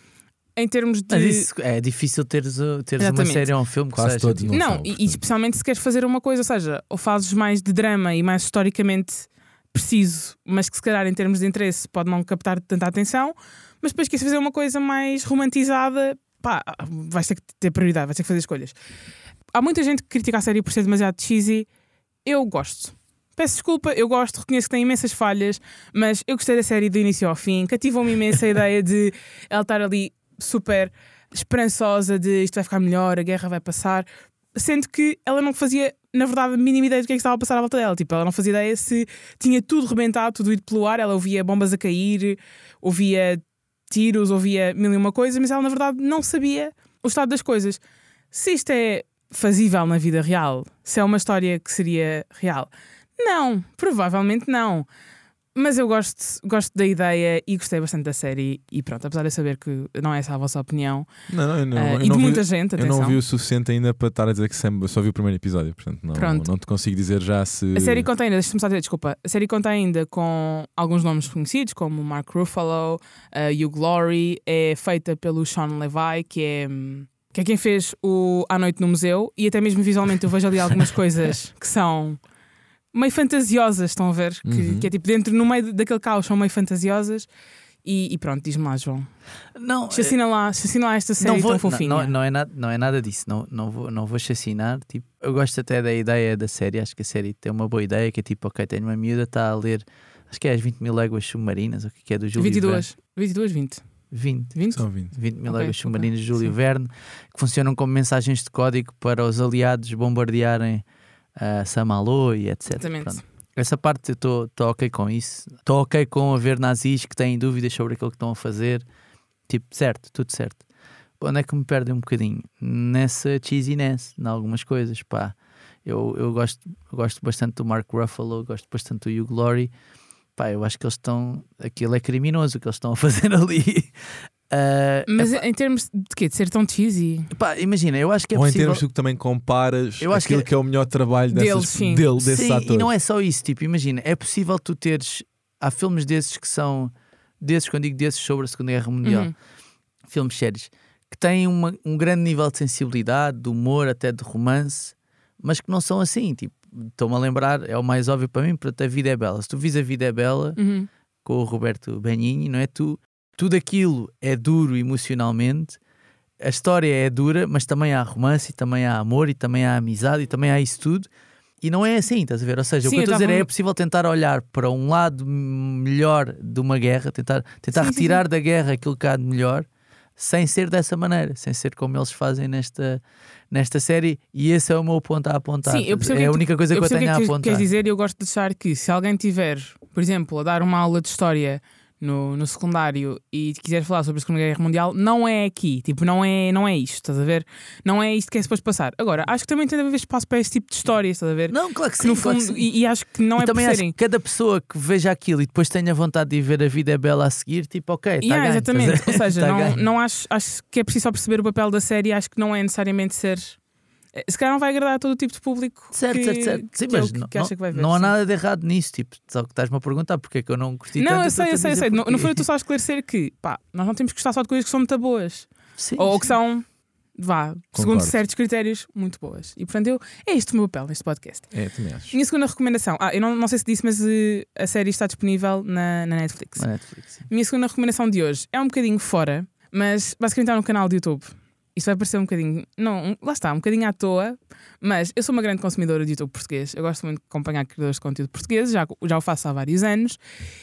Em termos de... Mas isso é difícil teres uma Exatamente. série ou um filme que Quase seja, todos tipo, não Não, são, e portanto. especialmente se queres fazer uma coisa, ou seja, ou fazes mais de drama e mais historicamente preciso, mas que se calhar em termos de interesse pode não captar tanta atenção, mas depois queres fazer uma coisa mais romantizada, pá, vais ter que ter prioridade, vais ter que fazer escolhas. Há muita gente que critica a série por ser demasiado cheesy. Eu gosto. Peço desculpa, eu gosto, reconheço que tem imensas falhas, mas eu gostei da série do início ao fim. Cativou-me imensa a ideia de ela estar ali super esperançosa de isto vai ficar melhor, a guerra vai passar, sendo que ela não fazia, na verdade, a mínima ideia do que é que estava a passar à volta dela. Tipo, ela não fazia ideia se tinha tudo rebentado, tudo ido pelo ar, ela ouvia bombas a cair, ouvia tiros, ouvia mil e uma coisa, mas ela na verdade não sabia o estado das coisas. Se isto é fazível na vida real, se é uma história que seria real, não, provavelmente não. Mas eu gosto da ideia e gostei bastante da série. E pronto, apesar de eu saber que não é essa a vossa opinião, Não, eu e não de vi- muita gente, Eu atenção. não vi o suficiente ainda para estar a dizer que eu só vi o primeiro episódio, portanto Pronto. não te consigo dizer já se... A série conta ainda, deixa-me só dizer, desculpa, a série conta ainda com alguns nomes conhecidos, como Mark Ruffalo, Hugh Laurie, é feita pelo Sean Levy, que é quem fez o À Noite no Museu, e até mesmo visualmente eu vejo ali algumas coisas que são meio fantasiosas, estão a ver? Que é tipo dentro, no meio daquele caos, são meio fantasiosas. E pronto, diz-me lá, João. Não, Chacina lá esta série tão fofinha. não é nada disso. Não vou chacinar. Tipo, eu gosto até da ideia da série. Acho que a série tem uma boa ideia. Que é tipo, ok, tenho uma miúda, está a ler, acho que é as 20 mil léguas submarinas, o que é do Júlio 22, 20. 20 São 20. 20 mil Ok, léguas submarinas de Júlio sim. Verne, que funcionam como mensagens de código para os aliados bombardearem Saint-Malo e etc. Exatamente. Pronto. Essa parte eu estou ok com isso. Estou ok com haver nazis que têm dúvidas sobre aquilo que estão a fazer. Tipo, certo, tudo certo. Onde é que me perdem um bocadinho? Nessa cheesiness, em algumas coisas, pá. Eu gosto bastante do Mark Ruffalo, gosto bastante do Hugh Laurie. Pá, eu acho que eles estão... Aquilo é criminoso o que eles estão a fazer ali. Mas em termos de quê? De ser tão cheesy? Pá, imagina, eu acho que é Ou em possível... termos do que também comparas Eu acho aquilo que- que é o melhor trabalho Deles, sim. desses Sim, atores. e não é só isso, tipo, imagina, é possível tu teres... Há filmes desses que são... Desses, quando digo desses, sobre a Segunda Guerra Mundial. Uhum. Filmes, séries, que têm um grande nível de sensibilidade, de humor, até de romance, mas que não são assim, tipo, estou-me a lembrar, é o mais óbvio para mim, portanto, A Vida é Bela. Se tu vis A Vida é Bela, Uhum. com o Roberto Benigni, não é? Tudo aquilo é duro emocionalmente, a história é dura, mas também há romance, e também há amor, e também há amizade, e também há isso tudo. E não é assim, estás a ver? Ou seja, Sim, o que eu estou a dizer tava- é possível tentar olhar para um lado melhor de uma guerra, tentar Sim, retirar da guerra aquilo que há de melhor, sem ser dessa maneira, sem ser como eles fazem nesta série. E esse é o meu ponto a apontar. Sim, eu percebo é que a tu- única coisa que eu percebo tenho a o que apontar. queres dizer, e eu gosto de deixar que se alguém tiver, por exemplo, a dar uma aula de história no secundário e quiseres falar sobre a Segunda Guerra Mundial, não é aqui, tipo, não é isto, estás a ver? Não é isto que é suposto passar. Agora, acho que também tem de haver espaço para este tipo de histórias, estás a ver? Não, claro que sim. No claro fundo, que sim. e acho que não E é por também acho serem. que cada pessoa que veja aquilo e depois tenha vontade de ir ver A Vida é Bela a seguir, tipo, ok, está ganho. Exatamente, ou seja, Tá ganho. não acho que é preciso só perceber o papel da série, acho que não é necessariamente ser. Se calhar não vai agradar a todo o tipo de público Certo. Sim, que, mas que acha que vai ver. não há sim. nada de errado nisso. Tipo, só que estás-me a perguntar porque é que eu não curti tanto. Não, eu estou-te a sei. dizer No porquê. fundo, eu estou só a esclarecer que pá, nós não temos que gostar só de coisas que são muito boas Sim, ou que sim. são, segundo Concordo. certos critérios, muito boas. E portanto, é este o meu papel neste podcast. Também acho. Minha segunda recomendação, eu não sei se disse, mas a série está disponível na Netflix. Na Netflix, sim. Minha segunda recomendação de hoje é um bocadinho fora, mas basicamente está no canal do YouTube. Isto vai parecer um bocadinho. Lá está, um bocadinho à toa, mas eu sou uma grande consumidora de YouTube português. Eu gosto muito de acompanhar criadores de conteúdo portugueses, já o faço há vários anos.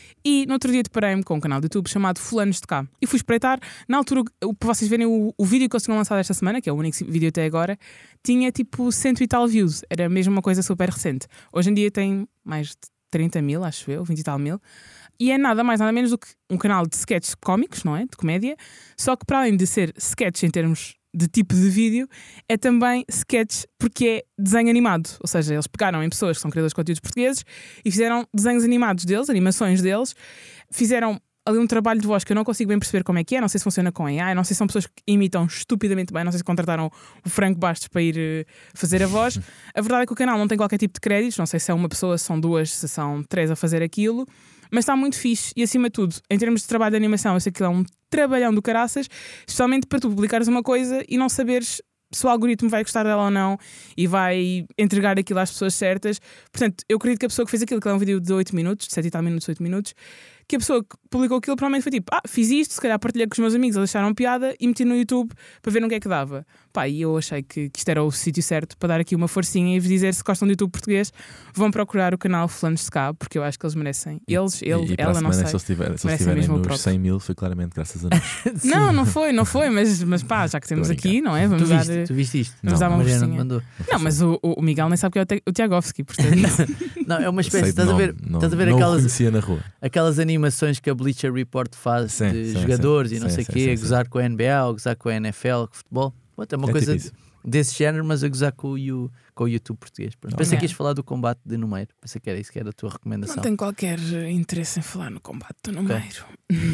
E no outro dia deparei-me com um canal do YouTube chamado Fulanos de Cá. E fui espreitar. Na altura, para vocês verem o vídeo que eles tinham lançado esta semana, que é o único vídeo até agora, tinha tipo 100 e tal views. Era mesmo uma coisa super recente. Hoje em dia tem mais de 30 mil, acho eu, 20 e tal mil. E é nada mais, nada menos do que um canal de sketches cómicos, não é? De comédia. Só que para além de ser sketch em termos de tipo de vídeo, é também sketch porque é desenho animado. Ou seja, eles pegaram em pessoas que são criadores de conteúdos portugueses e fizeram desenhos animados deles, animações deles. Fizeram ali um trabalho de voz que eu não consigo bem perceber como é que é. Não sei se funciona com AI, não sei se são pessoas que imitam estupidamente bem, não sei se contrataram o Franco Bastos para ir fazer a voz. A verdade é que o canal não tem qualquer tipo de créditos, não sei se é uma pessoa, se são duas, se são três a fazer aquilo, mas está muito fixe. E acima de tudo, em termos de trabalho de animação, eu sei que é um trabalhão do caraças, especialmente para tu publicares uma coisa e não saberes se o algoritmo vai gostar dela ou não e vai entregar aquilo às pessoas certas. Portanto, eu acredito que a pessoa que fez aquilo, que é um vídeo de 8 minutos, de 7 e tal minutos, 8 minutos, que a pessoa que publicou aquilo provavelmente foi tipo, fiz isto, se calhar partilhei com os meus amigos, eles acharam piada e meti no YouTube para ver no que é que dava. Pá, e eu achei que isto era o sítio certo para dar aqui uma forcinha e vos dizer, se gostam do YouTube português, vão procurar o canal Fulanos de Cá, porque eu acho que eles merecem. E para ela, a não semana, sei. se eles Merecem estiverem mesmo o nos próprio. 100 mil, foi claramente graças a nós. Não foi, mas pá, já que temos Estou a aqui, não é? Vamos dar. Tu viste isto? Vamos dar uma A Mariana forcinha. me mandou. Não, mas o Miguel nem sabe que é o Tiagovski, portanto. Não, é uma espécie. Sei de Estás a nome, ver, não, estás a ver não o aquelas, conhecia na rua. aquelas animações que a Bleacher Report faz Sim, de sim, jogadores sim, e não sim, sei o sim, quê, sim, a sim. gozar com a NBA, a gozar com a NFL, com o futebol. Pronto, é uma É coisa tipo isso. desse género, mas a gozar com o YouTube português. Pronto. Pensei Ok. que ias falar do combate de número. Pensei que era isso que era a tua Não recomendação. tenho qualquer interesse em falar no combate do número.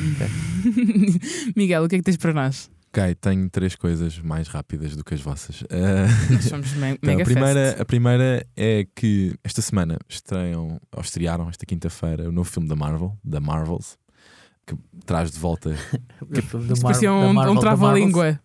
Miguel, o que é que tens para nós? Ok, tenho 3 coisas mais rápidas do que as vossas. Nós somos Então, mega a primeira é que esta semana estrearam esta quinta-feira o novo filme da Marvel, da Marvels, que traz de volta Isto parecia um trava-língua.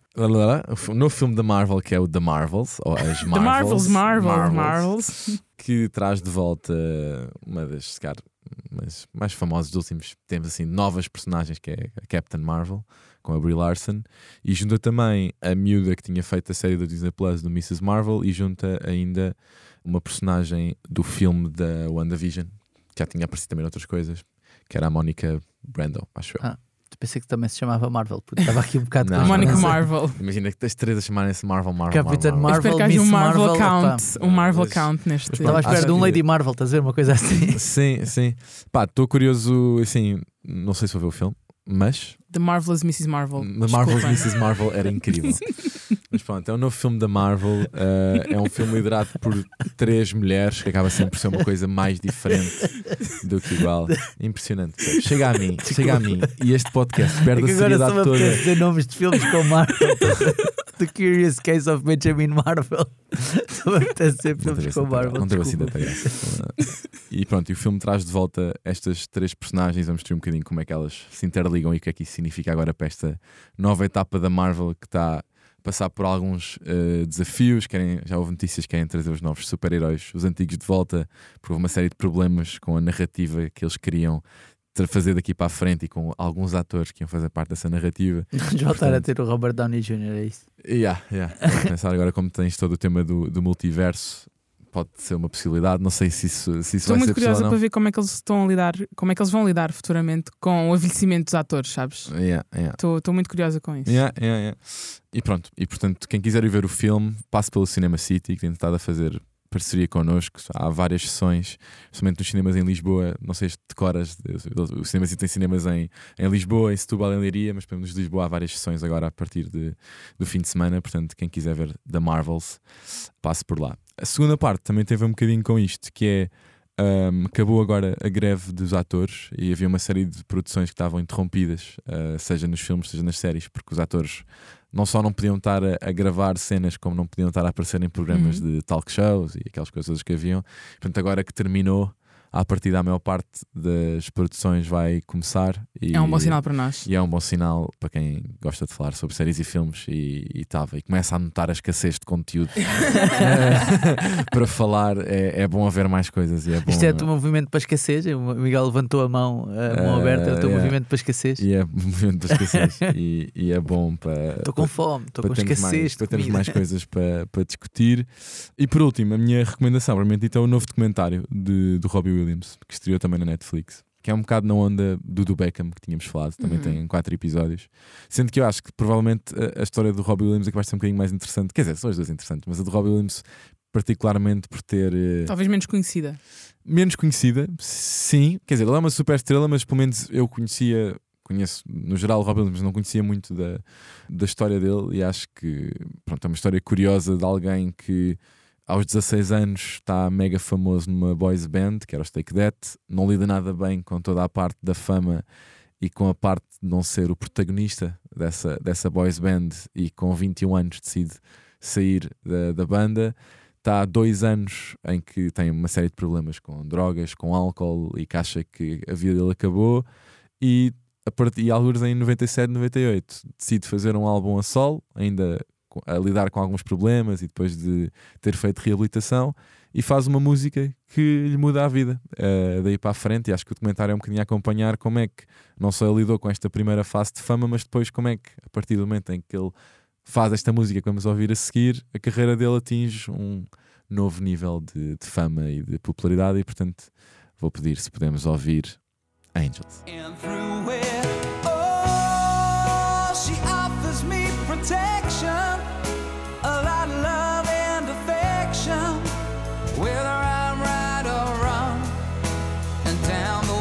o novo filme da Marvel, que é o The Marvels, ou as The Marvels, Marvels, Marvels. que traz de volta uma das se calhar, mais famosas dos últimos tempos, assim, novas personagens, que é a Captain Marvel, com a Brie Larson, e junta também a miúda que tinha feito a série da Disney Plus do Mrs. Marvel, e junta ainda uma personagem do filme da WandaVision, que já tinha aparecido também em outras coisas, que era a Monica Brando, acho eu. Pensei que também se chamava Marvel, porque estava aqui um bocado Não, com a Monica esperança. Marvel. Imagina que tens 3 a chamarem-se Marvel. Capitã Eu Marvel, espero que haja um Miss Marvel Marvel, count. epá. Um Marvel Mas- count neste. Estava à espera Acho de um que- Lady Marvel, estás a ver? Uma coisa assim. Sim. Pá, estou curioso, assim, não sei se vou ver o filme, mas The Marvelous Mrs. Marvel. The Marvel's Desculpem. Mrs. Marvel era incrível. Mas pronto, é um novo filme da Marvel, é um filme liderado por 3 mulheres, que acaba sempre por ser uma coisa mais diferente do que igual. Impressionante. Chega a mim. E este podcast É perde que a agora só seriedade me toda. apetece dizer nomes de filmes com Marvel. The Curious Case of Benjamin Marvel. Só me apetece dizer filmes com Marvel. Não teve assim desculpa. tanta graça. E pronto, e o filme traz de volta estas 3 personagens. Vamos ter um bocadinho como é que elas se interligam e o que é que isso significa agora para esta nova etapa da Marvel, que está a passar por alguns desafios. Já houve notícias que querem trazer os novos super-heróis, os antigos de volta, porque houve uma série de problemas com a narrativa que eles queriam fazer daqui para a frente e com alguns atores que iam fazer parte dessa narrativa. Vamos voltar a ter o Robert Downey Jr., é isso? Estava a pensar agora, como tens todo o tema do multiverso, pode ser uma possibilidade. Não sei se isso Estou vai muito ser possível curiosa ou não. para ver como é que eles estão a lidar, como é que eles vão lidar futuramente com o envelhecimento dos atores, sabes? Estou muito curiosa com isso. E pronto, e portanto, quem quiser ir ver o filme, passe pelo Cinema City, que tem estado a fazer parceria connosco. Há várias sessões, principalmente nos cinemas em Lisboa. Não sei se decoras, o cinema tem cinemas em Lisboa, em Setúbal, em Leiria, mas pelo menos de Lisboa há várias sessões agora a partir do fim de semana. Portanto, quem quiser ver The Marvels, passe por lá. A segunda parte também teve um bocadinho com isto, que é acabou agora a greve dos atores e havia uma série de produções que estavam interrompidas, seja nos filmes, seja nas séries, porque os atores não só não podiam estar a gravar cenas, como não podiam estar a aparecer em programas de talk shows e aquelas coisas que haviam. Portanto, agora que terminou, à partida a maior parte das produções vai começar. É um bom sinal para nós. E é um bom sinal para quem gosta de falar sobre séries e filmes e começa a notar a esquessez de conteúdo para falar. É bom haver mais coisas. E é bom... Isto é o teu movimento para escassez? O Miguel levantou a mão aberta, é o teu movimento para escassez? E é o movimento para escassez. e é bom para... Estou com fome, estou com escassez. Para termos mais coisas para discutir. E por último, a minha recomendação, realmente, então, é o novo documentário do Robbie Williams, que estreou também na Netflix, que é um bocado na onda do Beckham que tínhamos falado, também tem 4 episódios, sendo que eu acho que provavelmente a história do Robbie Williams é que vai ser um bocadinho mais interessante, quer dizer, são as duas interessantes, mas a do Robbie Williams particularmente por ter... Talvez menos conhecida. Menos conhecida, sim, quer dizer, ele é uma super estrela, mas pelo menos eu conheço no geral o Robbie Williams, mas não conhecia muito da história dele, e acho que pronto, é uma história curiosa de alguém que aos 16 anos está mega famoso numa boys band, que era o Take That, não lida nada bem com toda a parte da fama e com a parte de não ser o protagonista dessa boys band, e com 21 anos decide sair da banda. Está há 2 anos em que tem uma série de problemas com drogas, com álcool, e que acha que a vida dele acabou, e alguns em 97, 98 decide fazer um álbum a solo, ainda a lidar com alguns problemas e depois de ter feito reabilitação, e faz uma música que lhe muda a vida daí para a frente. E acho que o documentário é um bocadinho a acompanhar como é que não só ele lidou com esta primeira fase de fama, mas depois como é que, a partir do momento em que ele faz esta música que vamos ouvir a seguir, a carreira dele atinge um novo nível de fama e de popularidade. E portanto vou pedir se podemos ouvir Angels. And through it, oh, she offers me protection, a lot of love and affection, whether I'm right or wrong, and down the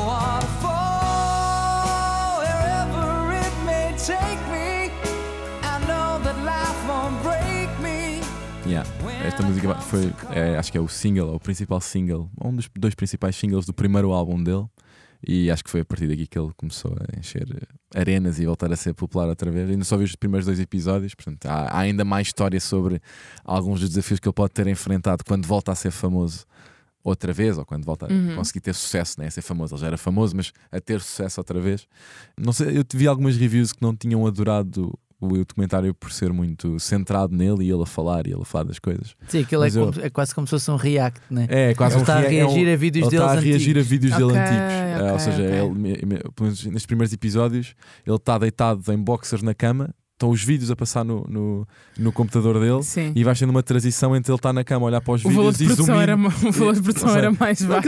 waterfall, wherever it may take me, I know that life won't break me. Yeah. Esta música foi, acho que é o single, ou o principal single, um dos 2 principais singles do primeiro álbum dele. E acho que foi a partir daqui que ele começou a encher arenas e voltar a ser popular outra vez. Ainda só vi os primeiros 2 episódios, portanto há ainda mais história sobre alguns dos desafios que ele pode ter enfrentado quando volta a ser famoso outra vez, ou quando volta a conseguir ter sucesso, né? A ser famoso. Ele já era famoso, mas a ter sucesso outra vez. Não sei, eu vi algumas reviews que não tinham adorado o documentário por ser muito centrado nele e ele a falar das coisas. Sim, aquilo é quase como se fosse um react, né? É quase ele está a reagir a vídeos deles antigos. Ele está a reagir a vídeos dele antigos. Okay, ou seja, ele, nestes primeiros episódios, ele está deitado em boxers na cama, estão os vídeos a passar no computador dele. Sim. E vais tendo uma transição entre ele estar na cama a olhar para os vídeos e zooming. O valor de produção era mais baixo.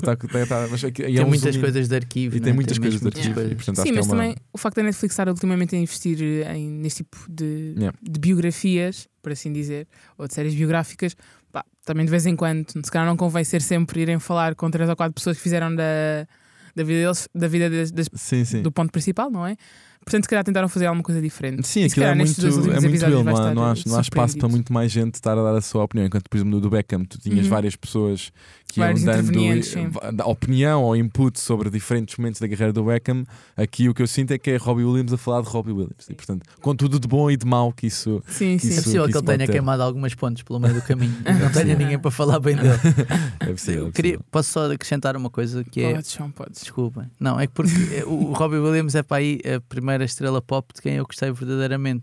Tem muitas coisas de arquivo. E tem muitas coisas de arquivo. Sim, mas também o facto da Netflix estar ultimamente a investir neste tipo de biografias, por assim dizer, ou de séries biográficas, pá, também de vez em quando, se calhar não convém ser sempre irem falar com 3 ou 4 pessoas que fizeram da vida deles, do ponto principal, não é? Portanto, se calhar tentaram fazer alguma coisa diferente. Sim, aquilo é muito ele, não há espaço para muito mais gente estar a dar a sua opinião. Enquanto, por exemplo, do Beckham, tu tinhas várias pessoas que iam dando opinião ou input sobre diferentes momentos da carreira do Beckham. Aqui o que eu sinto é que é Robbie Williams a falar de Robbie Williams. E, portanto, com tudo de bom e de mau que isso. Sim. É possível que ele tenha queimado algumas pontes pelo meio do caminho. Não tenha ninguém para falar bem dele. É possível. Posso só acrescentar uma coisa que é. Podes. Desculpem. Não, é que porque o Robbie Williams é para aí a primeira estrela pop de quem eu gostei verdadeiramente.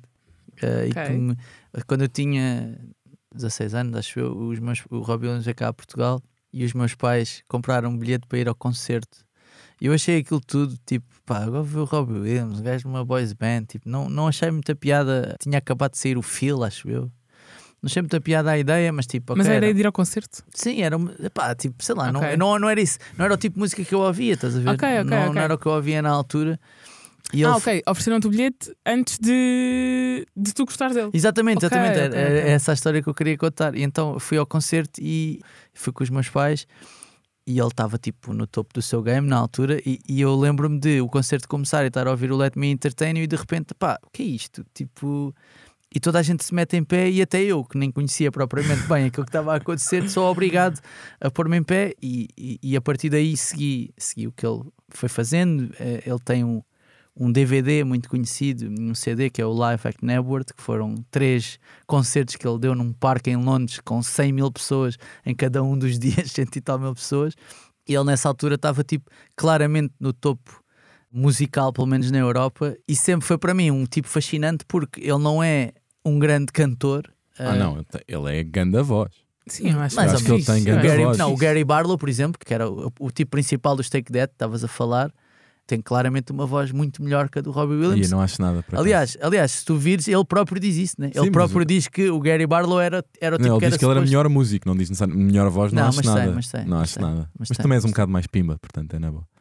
E quando eu tinha 16 anos, acho eu, o Robbie Williams veio cá a Portugal e os meus pais compraram um bilhete para ir ao concerto. E eu achei aquilo tudo tipo, pá, agora vou ver o Robbie Williams, um gajo numa boys band, tipo, não achei muita piada. Tinha acabado de sair o Phil, acho eu. Não achei muita piada a ideia, mas tipo... Mas a ideia de ir ao concerto? Sim, era, pá, tipo, sei lá, não era isso. Não era o tipo de música que eu ouvia, estás a ver? Não era o que eu ouvia na altura. E ele Ok, ofereceram-te o bilhete antes de tu gostares dele. Exatamente, Ok, exatamente. ok, Era ok. essa a história que eu queria contar. E então fui ao concerto e fui com os meus pais e ele estava tipo no topo do seu game na altura e eu lembro-me de o concerto começar e estar a ouvir o Let Me Entertain You e de repente, pá, o que é isto? Tipo... E toda a gente se mete em pé e até eu, que nem conhecia propriamente bem aquilo que estava a acontecer, sou obrigado a pôr-me em pé e a partir daí segui o que ele foi fazendo. Ele tem um DVD muito conhecido, um CD que é o Live at Knebworth, que foram 3 concertos que ele deu num parque em Londres com 100 mil pessoas em cada um dos dias, 100 e tal mil pessoas. E ele nessa altura estava tipo claramente no topo musical, pelo menos na Europa, e sempre foi para mim um tipo fascinante porque ele não é um grande cantor. Não, ele é ganda voz. Sim, eu acho, Mais ou acho menos. fixe, Ele tem eu grande acho voz. fixe. Não, o Gary Barlow, por exemplo, que era o tipo principal dos Take That, estavas a falar, tem claramente uma voz muito melhor que a do Robbie E Williams. eu não acho nada para Aliás, se tu vires, ele próprio diz isso, né? Sim, Ele mas próprio diz que o Gary Barlow era o tipo Não, que ele era diz que ele era suposto. melhor músico, não diz necessariamente melhor voz, não, Não, acho mas tem, nada. mas tem, não mas acho tem, nada. mas Mas tem. também és um bocado mais pimba, portanto é na boa.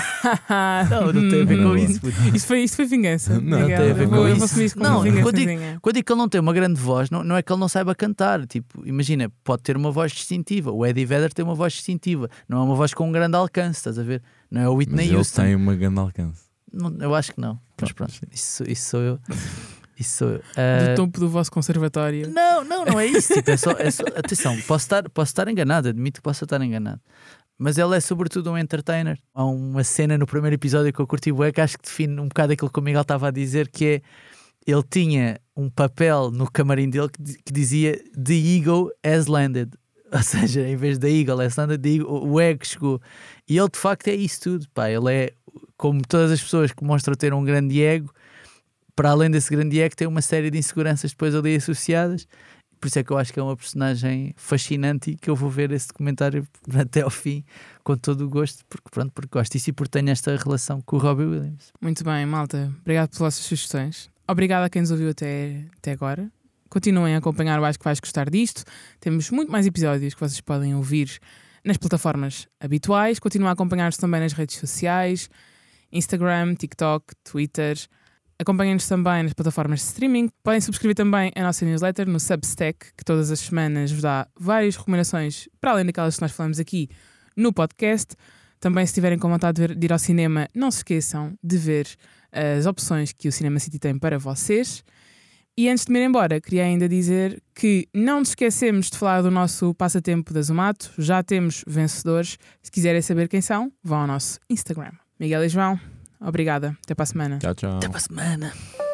Não, não tem a ver com Não. isso. puto. Isto foi vingança. Não, Miguel. tem a ver Eu com vou isso. assumir isso como Não, vingançazinha. Quando digo que ele não tem uma grande voz, não é que ele não saiba cantar. Tipo, imagina, pode ter uma voz distintiva. O Eddie Vedder tem uma voz distintiva. Não é uma voz com um grande alcance, estás a ver? Não é o Mas Whitney ele Houston. tem uma grande alcance. Não, eu acho que não. Mas pronto, isso sou eu. Isso sou eu. Do topo do vosso conservatório. Não é isso. Tipo, atenção, posso estar enganado, admito que posso estar enganado. Mas ele é sobretudo um entertainer. Há uma cena no primeiro episódio que eu curti bué, que acho que define um bocado aquilo que o Miguel estava a dizer, que é, ele tinha um papel no camarim dele que dizia The Eagle has landed. Ou seja, em vez da Eagle has landed, o ego chegou. E ele de facto é isso tudo. Pá, ele é, como todas as pessoas que mostram ter um grande ego, para além desse grande ego tem uma série de inseguranças depois ali associadas. Por isso é que eu acho que é uma personagem fascinante e que eu vou ver esse documentário até ao fim com todo o gosto, porque gosto disso e porque tenho esta relação com o Robbie Williams. Muito bem, malta. Obrigado pelas vossas sugestões. Obrigado a quem nos ouviu até agora. Continuem a acompanhar, eu acho que vais gostar disto. Temos muito mais episódios que vocês podem ouvir nas plataformas habituais. Continuem a acompanhar-nos também nas redes sociais, Instagram, TikTok, Twitter. Acompanhem-nos também nas plataformas de streaming. Podem subscrever também a nossa newsletter no Substack, que todas as semanas vos dá várias recomendações, para além daquelas que nós falamos aqui no podcast. Também, se tiverem com vontade de ir ao cinema, não se esqueçam de ver as opções que o Cinema City tem para vocês. E antes de me ir embora, queria ainda dizer que não nos esquecemos de falar do nosso passatempo da Zumato. Já temos vencedores. Se quiserem saber quem são, vão ao nosso Instagram. Miguel e João, obrigada. Até para a semana. Tchau, tchau. Até para a semana.